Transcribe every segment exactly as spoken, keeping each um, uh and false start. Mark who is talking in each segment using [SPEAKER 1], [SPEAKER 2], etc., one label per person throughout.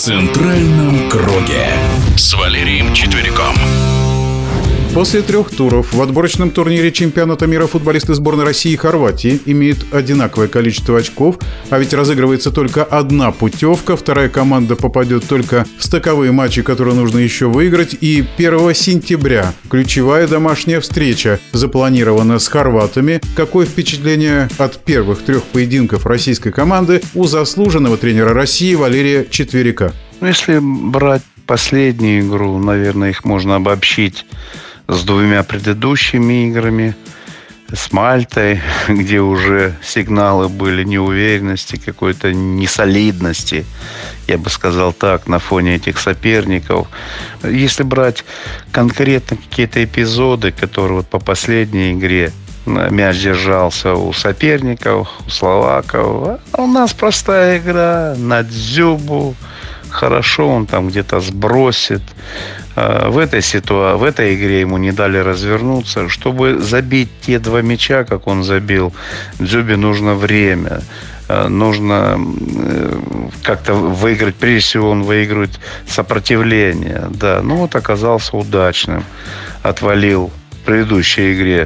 [SPEAKER 1] центральном круге с Валерием Четвериком.
[SPEAKER 2] После трех туров в отборочном турнире чемпионата мира футболисты сборной России и Хорватии имеют одинаковое количество очков, а ведь разыгрывается только одна путевка, вторая команда попадет только в стыковые матчи, которые нужно еще выиграть, и первого сентября ключевая домашняя встреча запланирована с хорватами. Какое впечатление от первых трех поединков российской команды у заслуженного тренера России Валерия Четверика?
[SPEAKER 3] Ну, если брать последнюю игру, наверное, их можно обобщить с двумя предыдущими играми, с Мальтой, где уже сигналы были неуверенности, какой-то несолидности, я бы сказал так, на фоне этих соперников. Если брать конкретно какие-то эпизоды, которые вот по последней игре мяч держался у соперников, у словаков, а у нас простая игра на Дзюбу. Хорошо, он там где-то сбросит. В этой ситуации, в этой игре ему не дали развернуться. Чтобы забить те два мяча, как он забил, Дзюбе нужно время. Нужно как-то выиграть. Прежде всего, он выигрывает сопротивление. Да, ну вот оказался удачным. Отвалил в предыдущей игре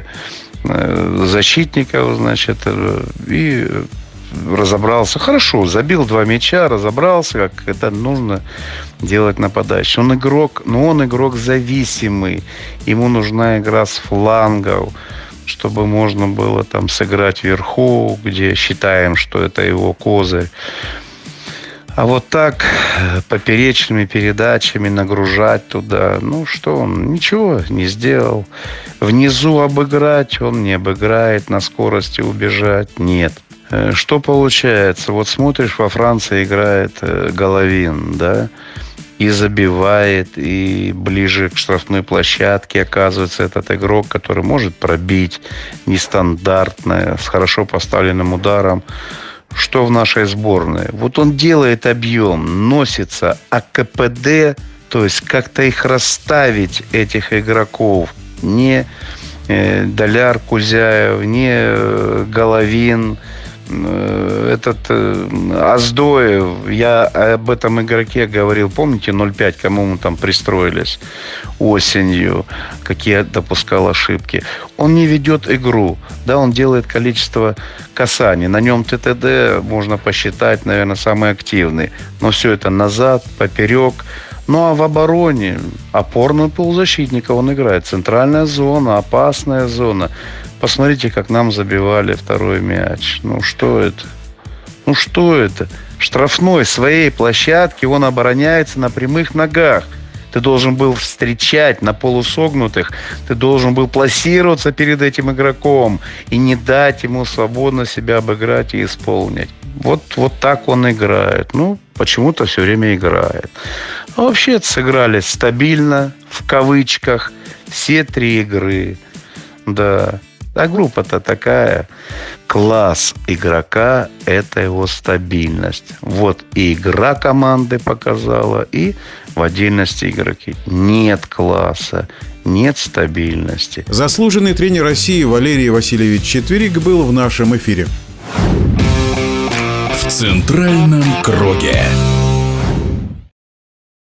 [SPEAKER 3] защитников, значит, и разобрался. Хорошо, забил два мяча, разобрался, как это нужно делать нападающий. Он игрок, но он игрок зависимый. Ему нужна игра с флангов, чтобы можно было там сыграть вверху, где считаем, что это его козырь. А вот так поперечными передачами нагружать туда, ну что он, ничего не сделал. Внизу обыграть он не обыграет, на скорости убежать нет. Что получается? Вот смотришь, во Франции играет Головин, да, и забивает, и ближе к штрафной площадке оказывается этот игрок, который может пробить нестандартно, с хорошо поставленным ударом. Что в нашей сборной? Вот он делает объем, носится, а КПД, то есть как-то их расставить, этих игроков, не Доляр, Кузяев, не Головин, этот Оздоев, я об этом игроке говорил, помните, ноль пять, кому мы там пристроились осенью, какие допускал ошибки. Он не ведет игру, да, он делает количество касаний. На нем ТТД можно посчитать, наверное, самый активный. Но все это назад, поперек. Ну, а в обороне опорный полузащитника он играет. Центральная зона, опасная зона. Посмотрите, как нам забивали второй мяч. Ну, что это? Ну, что это? Штрафной своей площадке он обороняется на прямых ногах. Ты должен был встречать на полусогнутых. Ты должен был пласироваться перед этим игроком и не дать ему свободно себя обыграть и исполнить. Вот, вот так он играет. Ну, почему-то все время играет. А вообще сыграли стабильно, в кавычках, все три игры. Да. А группа-то такая. Класс игрока – это его стабильность. Вот и игра команды показала, и в отдельности игроки. Нет класса, нет стабильности.
[SPEAKER 2] Заслуженный тренер России Валерий Васильевич Четверик был в нашем эфире.
[SPEAKER 1] В центральном круге.